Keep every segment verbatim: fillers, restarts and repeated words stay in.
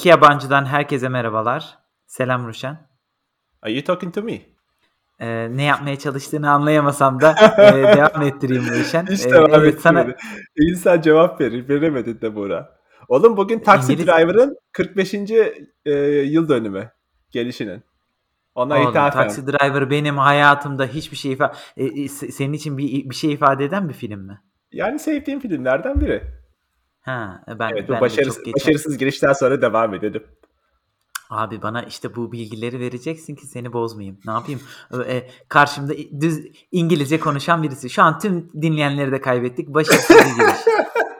İki yabancıdan herkese merhabalar. Selam Ruşen. Are you talking to me? Ee, ne yapmaya çalıştığını anlayamasam da e, devam ettireyim Ruşen. Hiç Ee, devam evet ettirmedi. sana İnsan cevap verir. Veremedin de Buğra. Oğlum bugün Taxi İngiliz Driver'ın kırk beşinci e, yıl dönümü gelişinin. Ona oğlum ithafen. Taxi Driver benim hayatımda hiçbir şey ifade e, e, se- senin için bir bir şey ifade eden bir film mi? Yani sevdiğim filmlerden biri. Ha, ben Evet, bu ben de başarısız, çok geçen başarısız girişten sonra devam edelim. abi bana işte bu bilgileri vereceksin ki seni bozmayayım. Ne yapayım? Ee, karşımda düz İngilizce konuşan birisi. Şu an tüm dinleyenleri de kaybettik. Başarısız bir giriş.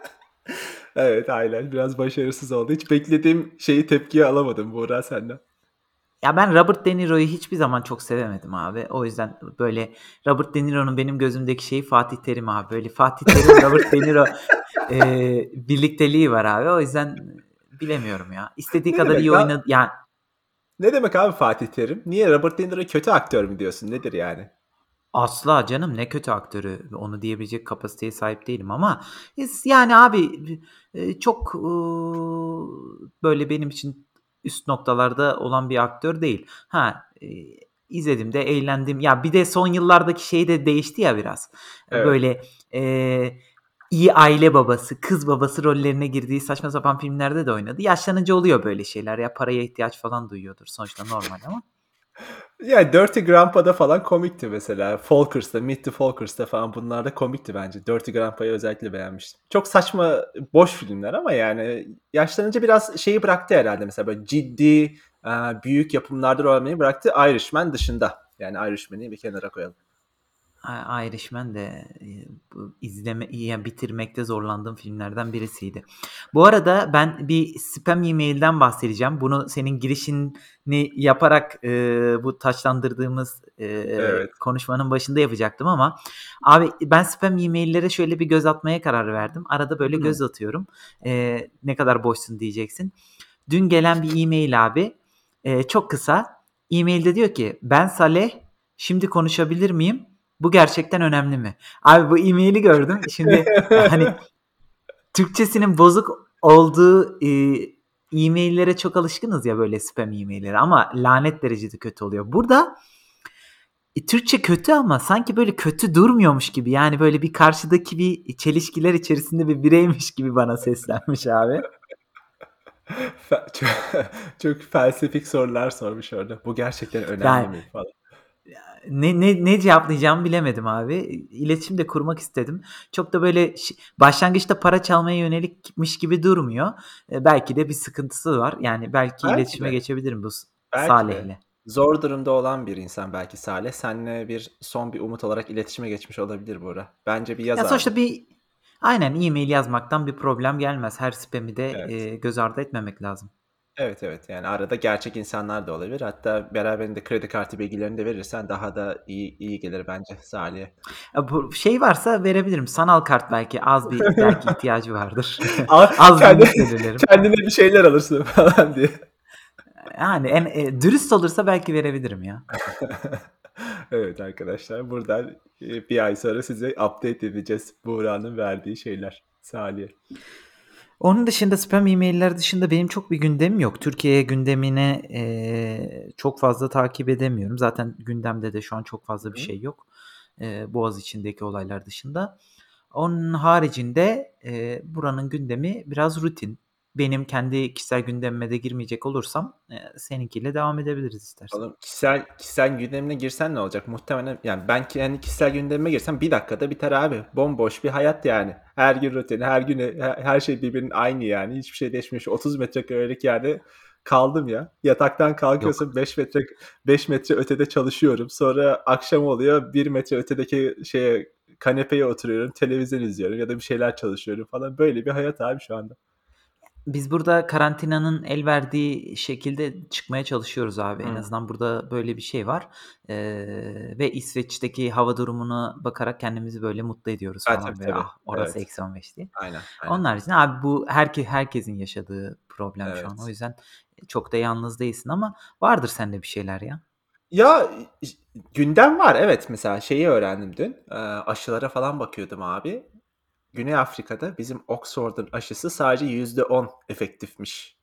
Evet, aynen. Biraz başarısız oldu. Hiç beklediğim şeyi tepkiye alamadım Buğra senden. Ya ben Robert De Niro'yu hiçbir zaman çok sevemedim abi. O yüzden böyle Robert De Niro'nun benim gözümdeki şeyi Fatih Terim abi. Böyle Fatih Terim, Robert De Niro e, birlikteliği var abi. O yüzden bilemiyorum ya. İstediği Ne kadar demek iyi lan? oynadı. Yani Ne demek abi Fatih Terim? Niye Robert De Niro kötü aktör mü diyorsun? Nedir yani? asla canım ne kötü aktörü. Onu diyebilecek kapasiteye sahip değilim ama yani abi e, çok e, böyle benim için üst noktalarda olan bir aktör değil. Ha e, izledim de eğlendim. Ya bir de son yıllardaki şey de değişti ya biraz. Evet. Böyle e, iyi aile babası, kız babası rollerine girdiği saçma sapan filmlerde de oynadı. Yaşlanınca oluyor böyle şeyler ya paraya ihtiyaç falan duyuyordur sonuçta normal ama. Yani Dirty Grandpa'da falan komikti mesela. Folkers'ta, Meet the Folkers'ta falan bunlar da komikti bence. Dirty Grandpa'yı özellikle beğenmiştim. Çok saçma, boş filmler ama yani yaşlanınca biraz şeyi bıraktı herhalde. Mesela böyle ciddi, e, büyük yapımlarda rol almayı bıraktı. Irishman dışında. Yani Irishman'i bir kenara koyalım. I- Irishman de e, bu izleme yani bitirmekte zorlandığım filmlerden birisiydi. Bu arada ben bir spam e-mail'den bahsedeceğim. Bunu senin girişini yaparak e, bu taçlandırdığımız e, Evet. konuşmanın başında yapacaktım ama abi ben spam e-mail'lere şöyle bir göz atmaya karar verdim. Arada böyle Hmm. göz atıyorum. E, ne kadar boşsun diyeceksin. Dün gelen bir e-mail abi e, çok kısa. E-mailde diyor ki ben Saleh şimdi konuşabilir miyim? Bu gerçekten önemli mi? Abi bu e-maili gördüm. Şimdi hani Türkçesinin bozuk olduğu e, e-maillere çok alışkınız ya böyle spam e-mailleri ama lanet derecede kötü oluyor. Burada e, Türkçe kötü ama sanki böyle kötü durmuyormuş gibi. Yani böyle bir karşıdaki bir çelişkiler içerisinde bir bireymiş gibi bana seslenmiş abi. Fe- çok, çok felsefik sorular sormuş orada. Bu gerçekten önemli Yani mi falan. ne ne ne cevaplayacağımı bilemedim abi. İletişim de kurmak istedim. Çok da böyle ş- başlangıçta para çalmaya yönelikmiş gibi durmuyor. E, belki de bir sıkıntısı var. Yani belki Belki iletişime de. geçebilirim bu S- Belki de. Salih'le. Zor durumda olan bir insan belki Salih. Seninle bir son bir umut olarak iletişime geçmiş olabilir Bora. Bence bir yaz Ya abi. sonuçta bir aynen e-mail yazmaktan bir problem gelmez. Her spam'i de Evet. e, göz ardı etmemek lazım. Evet evet yani arada gerçek insanlar da olabilir. Hatta beraberinde kredi kartı bilgilerini de verirsen daha da iyi iyi gelir bence Salih'e. Ya bu şey varsa verebilirim. Sanal kart belki az bir belki ihtiyacı vardır. Al, Az bir kendi, ümit veririm. kendine bir şeyler alırsın falan diye. Yani en e, dürüst olursa belki verebilirim ya. Evet arkadaşlar buradan e, bir ay sonra size update edeceğiz Buğra'nın verdiği şeyler Salih'e. Onun dışında spam e-mailler dışında benim çok bir gündemim yok. Türkiye gündemine eee, çok fazla takip edemiyorum. Zaten gündemde de şu an çok fazla bir Hı? şey yok. Eee Boğaziçi'ndeki olaylar dışında. Onun haricinde eee, buranın gündemi biraz rutin. Benim kendi kişisel gündemime de girmeyecek olursam eee, seninkiyle devam edebiliriz istersen. Oğlum kişisel kişisel gündemine girsen ne olacak? Muhtemelen yani ben kendi kişisel gündemime girsem bir dakikada biter abi. Bomboş bir hayat yani. Her gün rutin, her gün her, her şey birbirinin aynı yani. Hiçbir şey değişmemiş. otuz metrekarelik yerde kaldım ya. Yataktan Yok. kalkıyorsun beş metre beş metre ötede çalışıyorum. Sonra akşam oluyor bir metre ötedeki şeye kanepeye oturuyorum, televizyon izliyorum ya da bir şeyler çalışıyorum falan. Böyle bir hayat abi şu anda. Biz burada karantinanın el verdiği şekilde çıkmaya çalışıyoruz abi. En Hı. azından burada böyle bir şey var. Eee, ve İsveç'teki hava durumuna bakarak kendimizi böyle mutlu ediyoruz Ha, tabii falan böyle. tabii. Ah orası Evet. eksi on beş diye. Aynen, aynen. Onun haricinde abi bu herke herkesin yaşadığı problem şu an. O Evet. yüzden çok da yalnız değilsin ama vardır sende bir şeyler ya. Ya gündem var evet mesela şeyi öğrendim dün. Ee, aşılara falan bakıyordum abi. Güney Afrika'da bizim Oxford'un aşısı sadece yüzde on efektifmiş.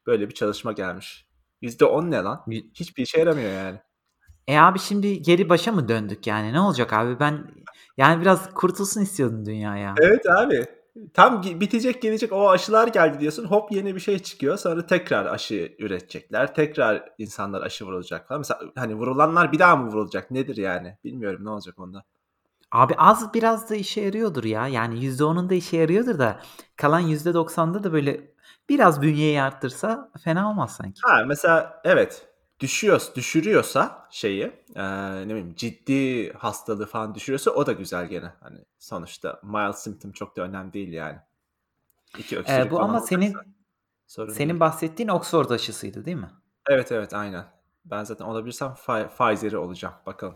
böyle bir çalışma gelmiş. yüzde on ne lan? Y Hiçbir işe yaramıyor yani. E, abi şimdi geri başa mı döndük yani? Ne olacak abi? Ben yani biraz kurtulsun istiyordum dünya ya. Evet abi. Tam gi bitecek, gelecek, o aşılar geldi diyorsun. Hop yeni bir şey çıkıyor. Sonra tekrar aşı üretecekler. Tekrar insanlar aşı vurulacak falan. Mesela hani vurulanlar bir daha mı vurulacak? Nedir yani? Bilmiyorum ne olacak onda. Abi az biraz da işe yarıyordur ya. Yani yüzde onun da işe yarıyordur da kalan yüzde doksanda da böyle biraz bünyeyi arttırsa fena olmaz sanki. Ha, mesela evet, düşüyor düşürüyorsa şeyi, eee, ne bileyim, ciddi hastalığı falan düşürüyorsa o da güzel gene. Hani sonuçta mild symptom çok da önemli değil yani. iki Eee, öksürük bu falan ama olacaksa senin sorun senin değil. bahsettiğin Oxford aşısıydı, değil mi? Evet, evet, aynen. Ben zaten olabilirsem Pfi Pfizer'i olacağım. Bakalım.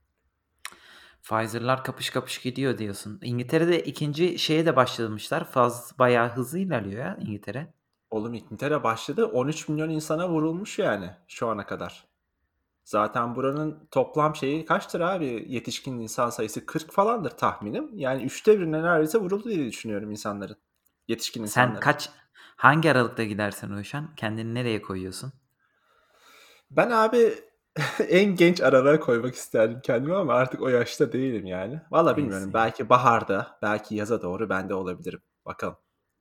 Pfizer'lar kapış kapış gidiyor diyorsun. İngiltere'de ikinci şeye de başlamışlar. Faz bayağı hızlı ilerliyor ya İngiltere. Oğlum İngiltere başladı. on üç milyon insana vurulmuş yani şu ana kadar. Zaten buranın toplam şeyi kaçtır abi? Yetişkin insan sayısı kırk falandır tahminim. Yani üçte birine neredeyse vuruldu diye düşünüyorum insanların. Yetişkin Sen insanların. kaç hangi aralıkta gidersen Ruşen? Kendini nereye koyuyorsun? Ben abi en genç aralığa koymak isterdim kendimi ama artık o yaşta değilim yani. Valla bilmiyorum. Değilsin. Belki baharda, belki yaza doğru ben de olabilirim. Bakalım.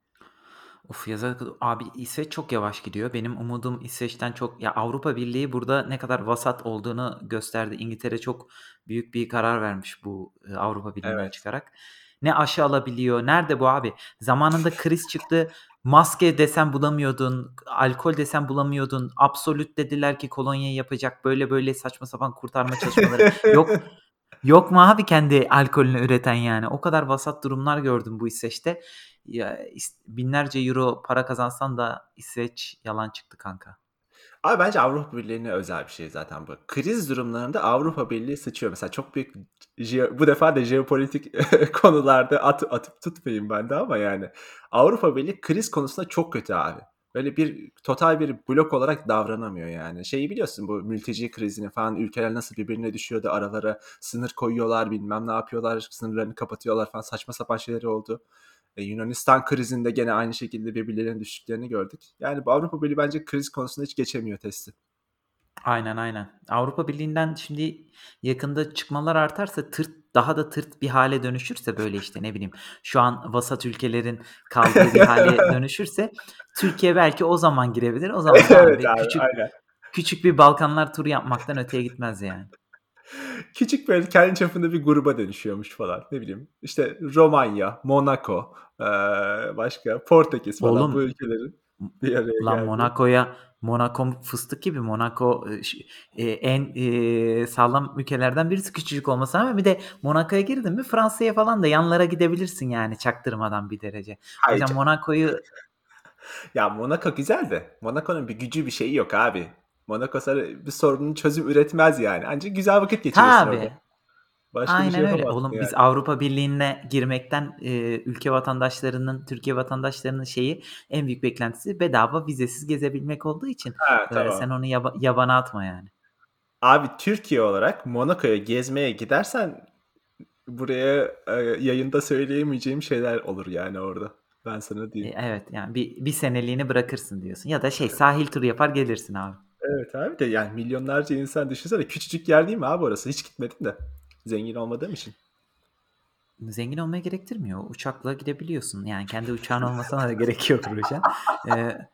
Of yaza abi İsveç çok yavaş gidiyor. Benim umudum İsveç'ten çok ya Avrupa Birliği burada ne kadar vasat olduğunu gösterdi. İngiltere çok büyük bir karar vermiş bu e, Avrupa Birliği'nden Evet. çıkarak. Ne aşı alabiliyor? Nerede bu abi? Zamanında kriz çıktı. Maske desen bulamıyordun. Alkol desen bulamıyordun. Absolut dediler ki kolonyayı yapacak. Böyle böyle saçma sapan kurtarma çalışmaları. Yok Yok mu abi kendi alkolünü üreten yani? O kadar vasat durumlar gördüm bu İsveç'te. Ya is- binlerce euro para kazansan da İsveç yalan çıktı kanka. Abi bence Avrupa Birliği'ne özel bir şey zaten bu. Kriz durumlarında Avrupa Birliği sıçıyor. Mesela çok büyük jeo- bu defa da jeopolitik konularda at, atıp tutmayayım ben de ama yani Avrupa Birliği kriz konusunda çok kötü abi. Böyle bir total bir blok olarak davranamıyor yani. Şeyi biliyorsun, bu mülteci krizini falan, ülkeler nasıl birbirine düşüyordu, aralara sınır koyuyorlar, bilmem ne yapıyorlar, sınırlarını kapatıyorlar falan, saçma sapan şeyleri oldu. E, Yunanistan krizinde gene aynı şekilde birbirlerine düştüklerini gördük. Yani bu Avrupa Birliği bence kriz konusunda hiç geçemiyor testi. Aynen aynen. Avrupa Birliği'nden şimdi yakında çıkmalar artarsa tırt daha da tırt bir hale dönüşürse böyle işte ne bileyim şu an vasat ülkelerin kaldığı bir hale dönüşürse Türkiye belki o zaman girebilir. O zaman da Evet abi abi, küçük aynen. küçük bir Balkanlar turu yapmaktan öteye gitmez yani. Küçük böyle kendi çapında bir gruba dönüşüyormuş falan. Ne bileyim işte Romanya, Monaco, eee, başka Portekiz falan, bu Oğlum ülkelerin bir araya lan geldiği. Monaco'ya Monaco fıstık gibi. Monaco, eee, ş eee, en, eee, sağlam ülkelerden birisi küçücük olmasına rağmen bir de Monaco'ya girdin mi Fransa'ya falan da yanlara gidebilirsin yani çaktırmadan bir derece. O Hayır yüzden canım. Monaco'yu Ya Monaco güzel de Monaco'nun bir gücü, bir şeyi yok abi. Monaco sana bir sorunun çözüm üretmez yani. Ancak güzel vakit geçirirsin orada. tabii. Başka bir şey Aynen öyle. yapamazsın Oğlum biz yani. Avrupa Birliği'ne girmekten, eee, ülke vatandaşlarının, Türkiye vatandaşlarının şeyi en büyük beklentisi bedava vizesiz gezebilmek olduğu için, Ha, eee, tamam. sen onu yaba yabana atma yani. Abi Türkiye olarak Monaco'ya gezmeye gidersen buraya, eee, yayında söyleyemeyeceğim şeyler olur yani orada. Ben sana Eee, diyeyim. evet, yani bir bir seneliğini bırakırsın diyorsun ya da şey sahil turu yapar gelirsin abi. Evet abi de yani milyonlarca insan düşünsene, küçücük yer değil mi abi orası? Hiç gitmedim de zengin olmadığım için. Zengin olmaya gerektirmiyor. Uçakla gidebiliyorsun. Yani kendi uçağın olmasına da gerek yok Ruşen. Eee,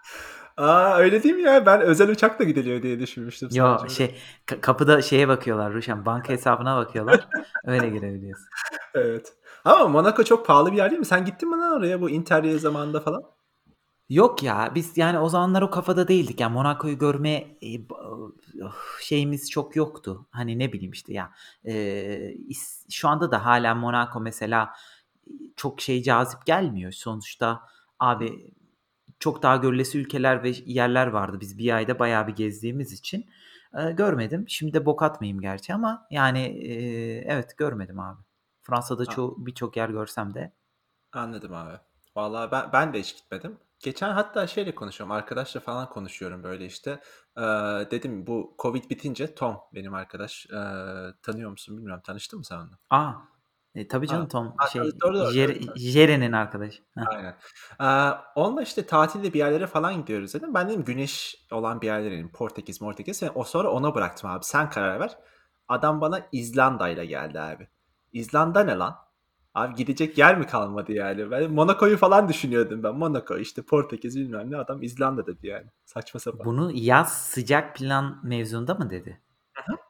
A! Öyle değil mi ya? Ben özel uçakla gidiliyor diye düşünmüştüm yo sadece oraya. şey ka kapıda şeye bakıyorlar Ruşen, banka hesabına bakıyorlar. Öyle girebiliyorsun. Evet. Ama Monaco çok pahalı bir yer değil mi? Sen gittin mi lan oraya bu Interrail zamanında falan? Yok ya, biz yani o zamanlar o kafada değildik. Yani Monaco'yu görme, eee, ba öh, şeyimiz çok yoktu. Hani ne bileyim işte ya, eee, is şu anda da hâlâ Monaco mesela, iii, çok şey cazip gelmiyor. Sonuçta Hımm. abi çok daha görülesi ülkeler ve yerler vardı. Biz bir ayda bayağı bir gezdiğimiz için, eee, görmedim. Şimdi de bok atmayayım gerçi ama yani, eee, evet görmedim abi. Fransa'da A çoğu birçok yer görsem de. Anladım abi. Vallahi ben ben de hiç gitmedim. Geçen hatta şeyle konuşuyorum, arkadaşla falan konuşuyorum böyle işte. Eee, dedim bu Covid bitince Tom benim arkadaş, eee, tanıyor musun bilmiyorum. Tanıştın mı sen onunla? A! E, tabii Ha. canım Tom Ha, tabii, şey doğru, doğru. Jerry Evet, tabii. Jerry'nin arkadaşı. Heh. Aynen. Eee, onunla işte tatilde bir yerlere falan gidiyoruz dedim. Ben dedim güneş olan bir yerlere inelim. Portekiz, Mortekiz. O sonra ona bıraktım abi. Sen karar ver. Adam bana İzlanda'yla geldi abi. İzlanda ne lan? Abi gidecek yer mi kalmadı yani? Ben Monaco'yu falan düşünüyordum ben. Monaco, işte Portekiz bilmem ne. Adam İzlanda dedi yani. Saçma sapan. Bunu yaz sıcak plan mevzunda mı dedi? Hı hı.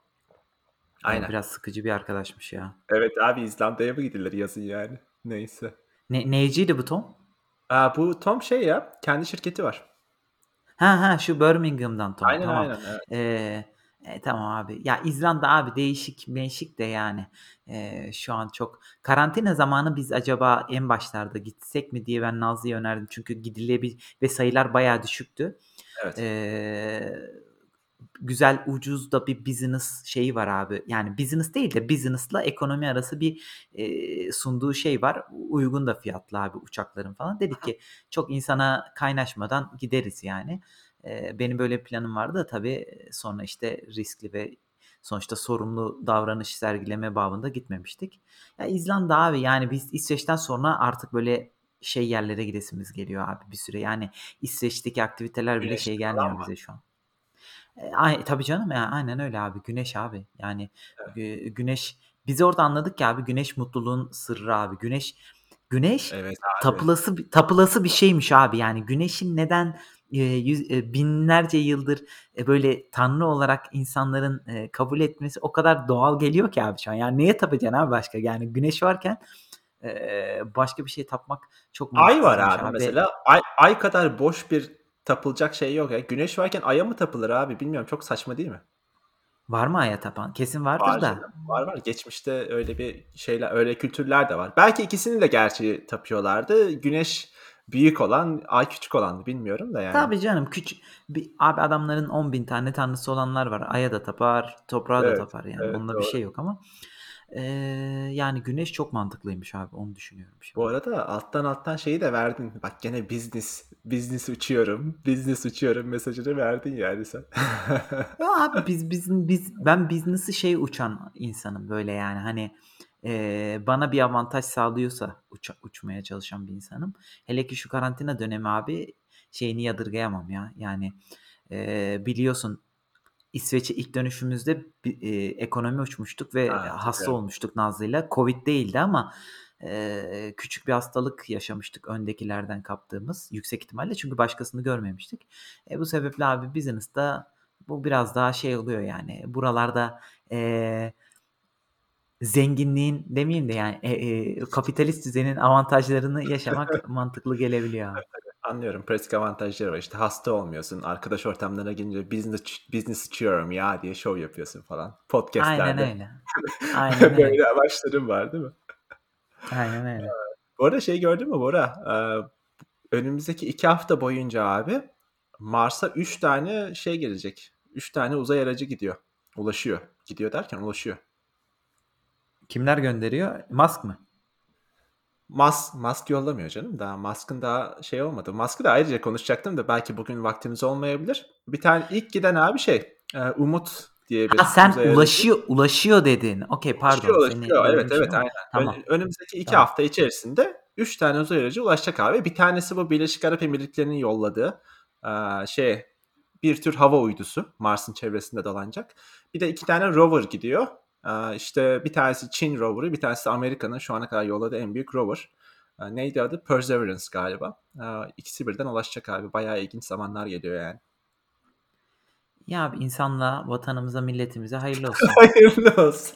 O Aynen. biraz sıkıcı bir arkadaşmış ya. Evet abi, İzlanda'ya mı gidilir yazın yani? Neyse. Ne, neyciydi bu Tom? Aa, bu Tom şey ya, kendi şirketi var. Ha ha şu Birmingham'dan Tom. Aynen Tamam. aynen evet. Ee, e, tamam abi. Ya İzlanda abi değişik değişik de yani. Ee, şu an çok karantina zamanı biz acaba en başlarda gitsek mi diye ben Nazlı'ya önerdim. Çünkü gidilebilir ve sayılar bayağı düşüktü. Evet. Ee, güzel ucuz da bir business şeyi var abi. Yani business değil de business'la ekonomi arası bir e, sunduğu şey var. Uygun da fiyatlı abi uçakların falan. Dedik ki çok insana kaynaşmadan gideriz yani. E, benim böyle bir planım vardı da tabii sonra işte riskli ve sonuçta sorumlu davranış sergileme babında gitmemiştik. Ya İzlanda abi yani biz İsveç'ten sonra artık böyle şey yerlere gidesimiz geliyor abi bir süre. Yani İsveç'teki aktiviteler bile şey Güneşli falan gelmiyor mı? bize şu an. Eee, ay tabii canım ya, aynen öyle abi. Güneş abi. Yani Evet. gü güneş biz orada anladık ki abi güneş mutluluğun sırrı abi. Güneş güneş Evet abi. tapılası bi tapılası bir şeymiş abi. Yani güneşin neden, eee, yüz eee, binlerce yıldır, eee, böyle tanrı olarak insanların, eee, kabul etmesi o kadar doğal geliyor ki abi şu an. Yani neye tapacaksın abi başka? Yani güneş varken, eee, başka bir şeye tapmak çok Ay var mantıksızmış abi abi ve mesela. Ay ay kadar boş bir tapılacak şey yok ya. Güneş varken Ay'a mı tapılır abi? Bilmiyorum, çok saçma değil mi? var mı Ay'a tapan? Kesin Var vardır da. canım. Var, var. Geçmişte öyle bir şeyler, öyle kültürler de var. Belki ikisini de gerçi tapıyorlardı. Güneş büyük olan, Ay küçük olandı, bilmiyorum da yani. Tabii canım küçük bir abi adamların on bin tane tanrısı olanlar var. Ay'a da tapar, toprağa da Evet, tapar yani. evet Onda bir doğru. şey yok ama eee, yani güneş çok mantıklıymış abi. Onu düşünüyorum Bu şimdi. arada alttan alttan şeyi de verdin. Bak gene business, business uçuyorum, business uçuyorum mesajını verdin yani sen. Ya abi biz bizim biz ben business'ı şey uçan insanım böyle yani hani eee, bana bir avantaj sağlıyorsa uça- uçmaya çalışan bir insanım. Hele ki şu karantina dönemi abi şeyini yadırgayamam ya. Yani eee, biliyorsun İsveç'e ilk dönüşümüzde bir, eee, ekonomi uçmuştuk ve Ha, hasta tabii. olmuştuk Nazlı'yla. Covid değildi ama eee, küçük bir hastalık yaşamıştık öndekilerden kaptığımız yüksek ihtimalle çünkü başkasını görmemiştik. E, bu sebeple abi business'ta bu biraz daha şey oluyor yani buralarda eee, zenginliğin demeyeyim de yani e, eee, kapitalist düzenin avantajlarını yaşamak mantıklı gelebiliyor abi. Anlıyorum. Pratik avantajları var. İşte hasta olmuyorsun. Arkadaş ortamlarına gelince business business uçuyorum ya diye şov yapıyorsun falan. Podcast'lerde. Aynen Podcast'lerde. öyle. Aynen öyle. Böyle amaçların var değil mi? Aynen öyle. Bu arada şey gördün mü Bora? Eee, önümüzdeki iki hafta boyunca abi Mars'a üç tane şey gelecek. Üç tane uzay aracı gidiyor. Ulaşıyor. Gidiyor derken ulaşıyor. Kimler gönderiyor? Musk mı? Musk, Musk yollamıyor canım. Daha Musk'ın daha şey olmadı. Musk'ı da ayrıca konuşacaktım da belki bugün vaktimiz olmayabilir. Bir tane ilk giden abi şey, eee, Umut diye Ha bir sen uzay aracı. ulaşıyor ulaşıyor dedin. Okay, Ulaşıyor, pardon. Seni ulaşıyor. Evet, böldüm evet, şimdi ama aynen. Ön tamam. önümüzdeki iki Tamam. hafta içerisinde üç tane uzay aracı ulaşacak abi. Bir tanesi bu Birleşik Arap Emirlikleri'nin yolladığı, eee, şey, bir tür hava uydusu. Mars'ın çevresinde dolanacak. Bir de iki tane rover gidiyor. Eee, işte bir tanesi Çin rover'ı, bir tanesi de Amerika'nın şu ana kadar yolladığı en büyük rover. Eee, neydi adı? Perseverance galiba. Eee, ikisi birden ulaşacak abi. Bayağı ilginç zamanlar geliyor yani. Ya abi insanlığa, vatanımıza, milletimize hayırlı olsun. Hayırlı olsun.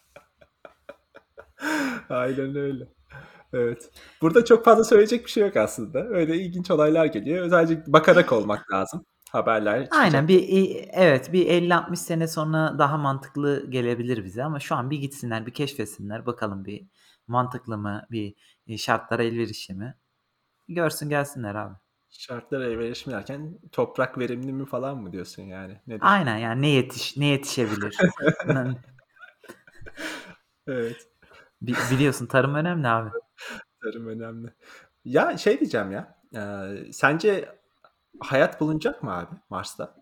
Aynen öyle. Evet. Burada çok fazla söyleyecek bir şey yok aslında. Öyle ilginç olaylar geliyor. Sadece bakarak olmak lazım. Haberler Aynen çıkacak. bir i evet bir elli altmış sene sonra daha mantıklı gelebilir bize ama şu an bir gitsinler, bir keşfetsinler. Bakalım bir mantıklı mı, bir, eee, şartlara elverişli mi? Görsün gelsinler abi. Şartlar elverişli mi derken toprak verimli mi falan mı diyorsun yani? Nedir? Aynen yani ne yetiş ne yetişebilir? Nın Evet, bi biliyorsun tarım önemli abi. tarım önemli. Ya şey diyeceğim ya, eee, sence hayat bulunacak mı abi Mars'ta?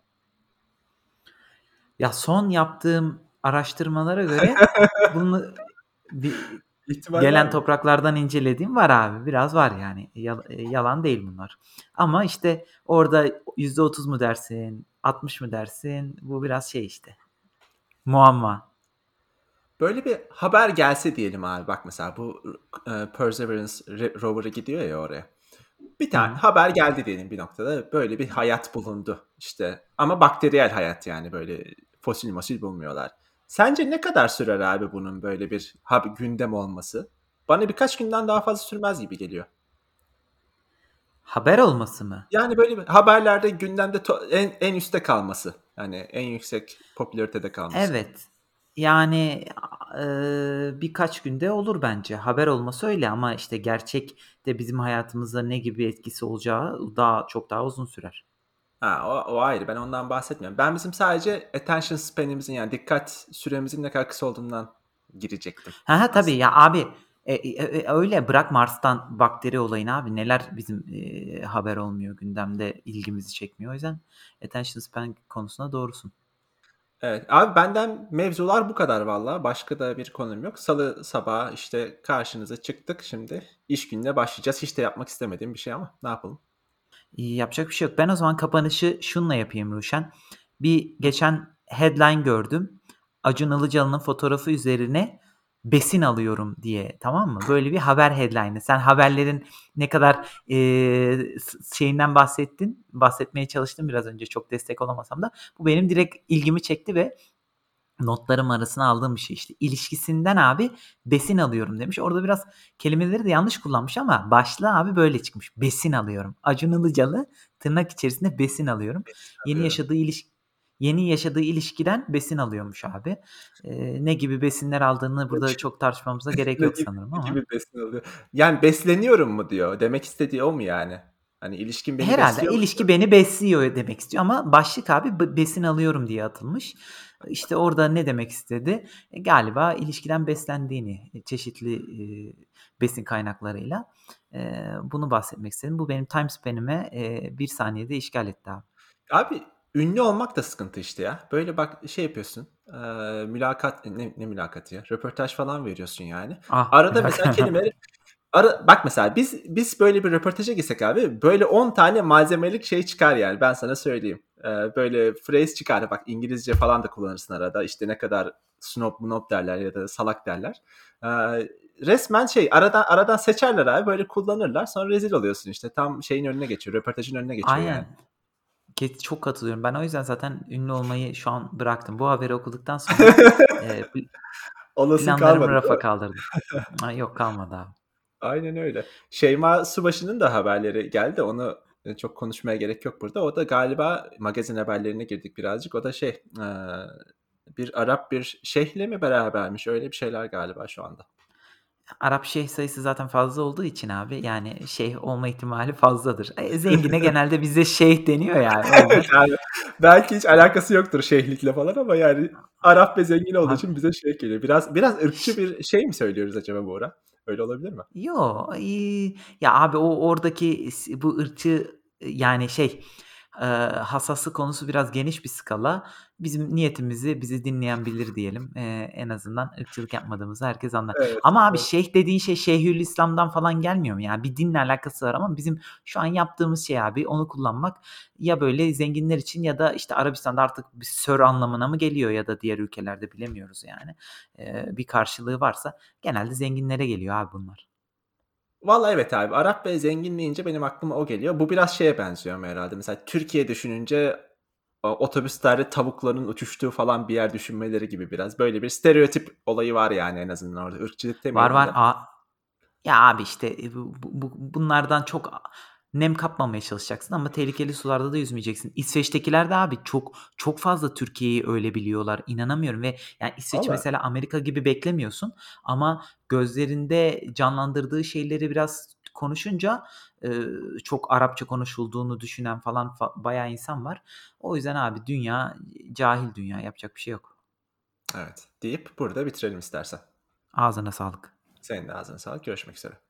Ya, son yaptığım araştırmalara göre bunu bir İhtimal var Gelen mı? topraklardan incelediğim var abi. Biraz var yani. Yal eee, yalan değil bunlar. Ama işte orada yüzde otuz mu dersin, altmış mı dersin? Bu biraz şey işte, muamma. Böyle bir haber gelse diyelim abi, bak mesela bu eee, Perseverance re rover'ı gidiyor ya oraya. Bir Hı tane hı. haber geldi diyelim bir noktada. Böyle bir hayat bulundu işte ama bakteriyel hayat yani böyle fosil mosil bulmuyorlar. Sence ne kadar sürer abi bunun böyle bir hab gündem olması? Bana birkaç günden daha fazla sürmez gibi geliyor. Haber olması mı? Yani böyle bir haberlerde gündemde to en en üstte kalması. Hani en yüksek popülaritede kalması. Evet. Yani, eee, birkaç günde olur bence. Haber olması öyle ama işte gerçekte bizim hayatımızda ne gibi etkisi olacağı daha çok daha uzun sürer. Ha, o o ayrı. Ben ondan bahsetmiyorum. Ben bizim sadece attention span'imizin yani dikkat süremizin ne kadar kısa olduğundan girecektim Ha ha, tabii aslında. ya abi, e e e öyle bırak Mars'tan bakteri olayını abi neler bizim, eee, haber olmuyor, gündemde ilgimizi çekmiyor. O yüzden attention span konusunda doğrusun. Evet. Abi benden mevzular bu kadar valla. Başka da bir konum yok. Salı sabahı, işte, karşınıza çıktık şimdi. İş gününe başlayacağız. Hiç de yapmak istemediğim bir şey ama ne yapalım? İii, yapacak bir şey yok. Ben o zaman kapanışı şunla yapayım Ruşen. Bir Hı. geçen headline gördüm. Acun Ilıcalı'nın fotoğrafı üzerine "Besin alıyorum." diye, tamam mı? Böyle bir haber headline'ı. Sen haberlerin ne kadar, eee, s şeyinden bahsettin, bahsetmeye çalıştın biraz önce çok destek olamasam da. Bu benim direkt ilgimi çekti ve notlarım arasına aldığım bir şey işte. İlişkisinden abi besin alıyorum demiş. Orada biraz kelimeleri de yanlış kullanmış ama başlığı abi böyle çıkmış. Besin alıyorum. Acun Ilıcalı tırnak içerisinde besin alıyorum. Besin Yeni alıyorum. yaşadığı iliş yeni yaşadığı ilişkiden besin alıyormuş abi. Eee, ne gibi besinler aldığını burada çok tartışmamıza gerek Ne yok gibi sanırım ne gibi ama. besin alıyor? Yani besleniyorum mu diyor. Demek istediği o mu yani? Hani ilişkin beni Herhâlde besliyor mu ilişki diyor? beni besliyor demek istiyor ama başlık abi b besin alıyorum diye atılmış. İşte orada ne demek istedi? E, galiba ilişkiden beslendiğini, e, çeşitli, eee, besin kaynaklarıyla, eee, bunu bahsetmek istedim. Bu benim time span'imi, eee, bir saniyede işgal etti abi. Abi ünlü olmak da sıkıntı işte ya. Böyle bak şey yapıyorsun, eee, mülakat ne ne mülakatı ya? Röportaj falan veriyorsun yani. Ah, Arada plak. mesela kelimeleri ara bak mesela biz biz böyle bir röportaja gitsek abi böyle on tane malzemelik şey çıkar yani ben sana söyleyeyim. Eee, böyle phrase çıkar. Bak İngilizce falan da kullanırsın arada. İşte ne kadar snob munob derler ya da salak derler. Eee, resmen şey aradan aradan seçerler abi böyle kullanırlar. Sonra rezil oluyorsun işte. Tam şeyin önüne geçiyor, röportajın önüne geçiyor yani. Aynen. Kes çok katılıyorum. Ben o yüzden zaten ünlü olmayı şu an bıraktım. Bu haberi okuduktan sonra, eee, pl Olasın planlarımı kalmadı değil rafa mi? kaldırdım. Ay, yok kalmadı abi. Aynen öyle. Şeyma Subaşı'nın da haberleri geldi. Onu, eee, çok konuşmaya gerek yok burada. O da galiba magazin haberlerine girdik birazcık. O da şey, eee, bir Arap bir şeyhle mi berabermiş? Öyle bir şeyler galiba şu anda. Arap şeyh sayısı zaten fazla olduğu için abi, yani şeyh olma ihtimali fazladır. Eee, zengine genelde bizde şeyh deniyor ya, o Evet, yüzden. yani belki hiç alakası yoktur şeyhlikle falan ama yani Arap ve zengin olduğu Abi için bize şeyh geliyor. Biraz biraz ırkçı ş bir şey mi söylüyoruz acaba bu ara? Öyle olabilir mi? Yo, iii, ya abi o oradaki s bu ırkçı, yani şey, eee, hassaslık konusu biraz geniş bir skala. Bizim niyetimizi bizi dinleyen bilir diyelim. Eee, en azından ırkçılık yapmadığımızı herkes anlar. Evet, Ama abi evet. şeyh dediğin şey Şeyhülislam'dan falan gelmiyor mu? Yani bir dinle alakası var ama bizim şu an yaptığımız şey abi onu kullanmak ya böyle zenginler için ya da işte Arabistan'da artık bir sir anlamına mı geliyor ya da diğer ülkelerde bilemiyoruz yani. Eee, bir karşılığı varsa genelde zenginlere geliyor abi bunlar. Vallahi evet abi. Arap ve zengin deyince benim aklıma o geliyor. Bu biraz şeye benziyor ama herhâlde. Mesela Türkiye düşününce o otobüslerde tavukların uçuştuğu falan bir yer düşünmeleri gibi biraz. Böyle bir stereotip olayı var yani en azından orada. Irkçılık Var, demeyelim var. de. A ya, abi, işte, eee, bu bu bu bunlardan çok a nem kapmamaya çalışacaksın ama tehlikeli sularda da yüzmeyeceksin. İsveç'tekiler de abi çok çok fazla Türkiye'yi öyle biliyorlar. İnanamıyorum ve yani İsveç'i Valla. mesela Amerika gibi beklemiyorsun ama gözlerinde canlandırdığı şeyleri biraz konuşunca, eee, çok Arapça konuşulduğunu düşünen falan fa bayağı insan var. O yüzden abi dünya cahil dünya, yapacak bir şey yok. Evet. Deyip burada bitirelim istersen. Ağzına sağlık. Senin de ağzına sağlık. Görüşmek üzere.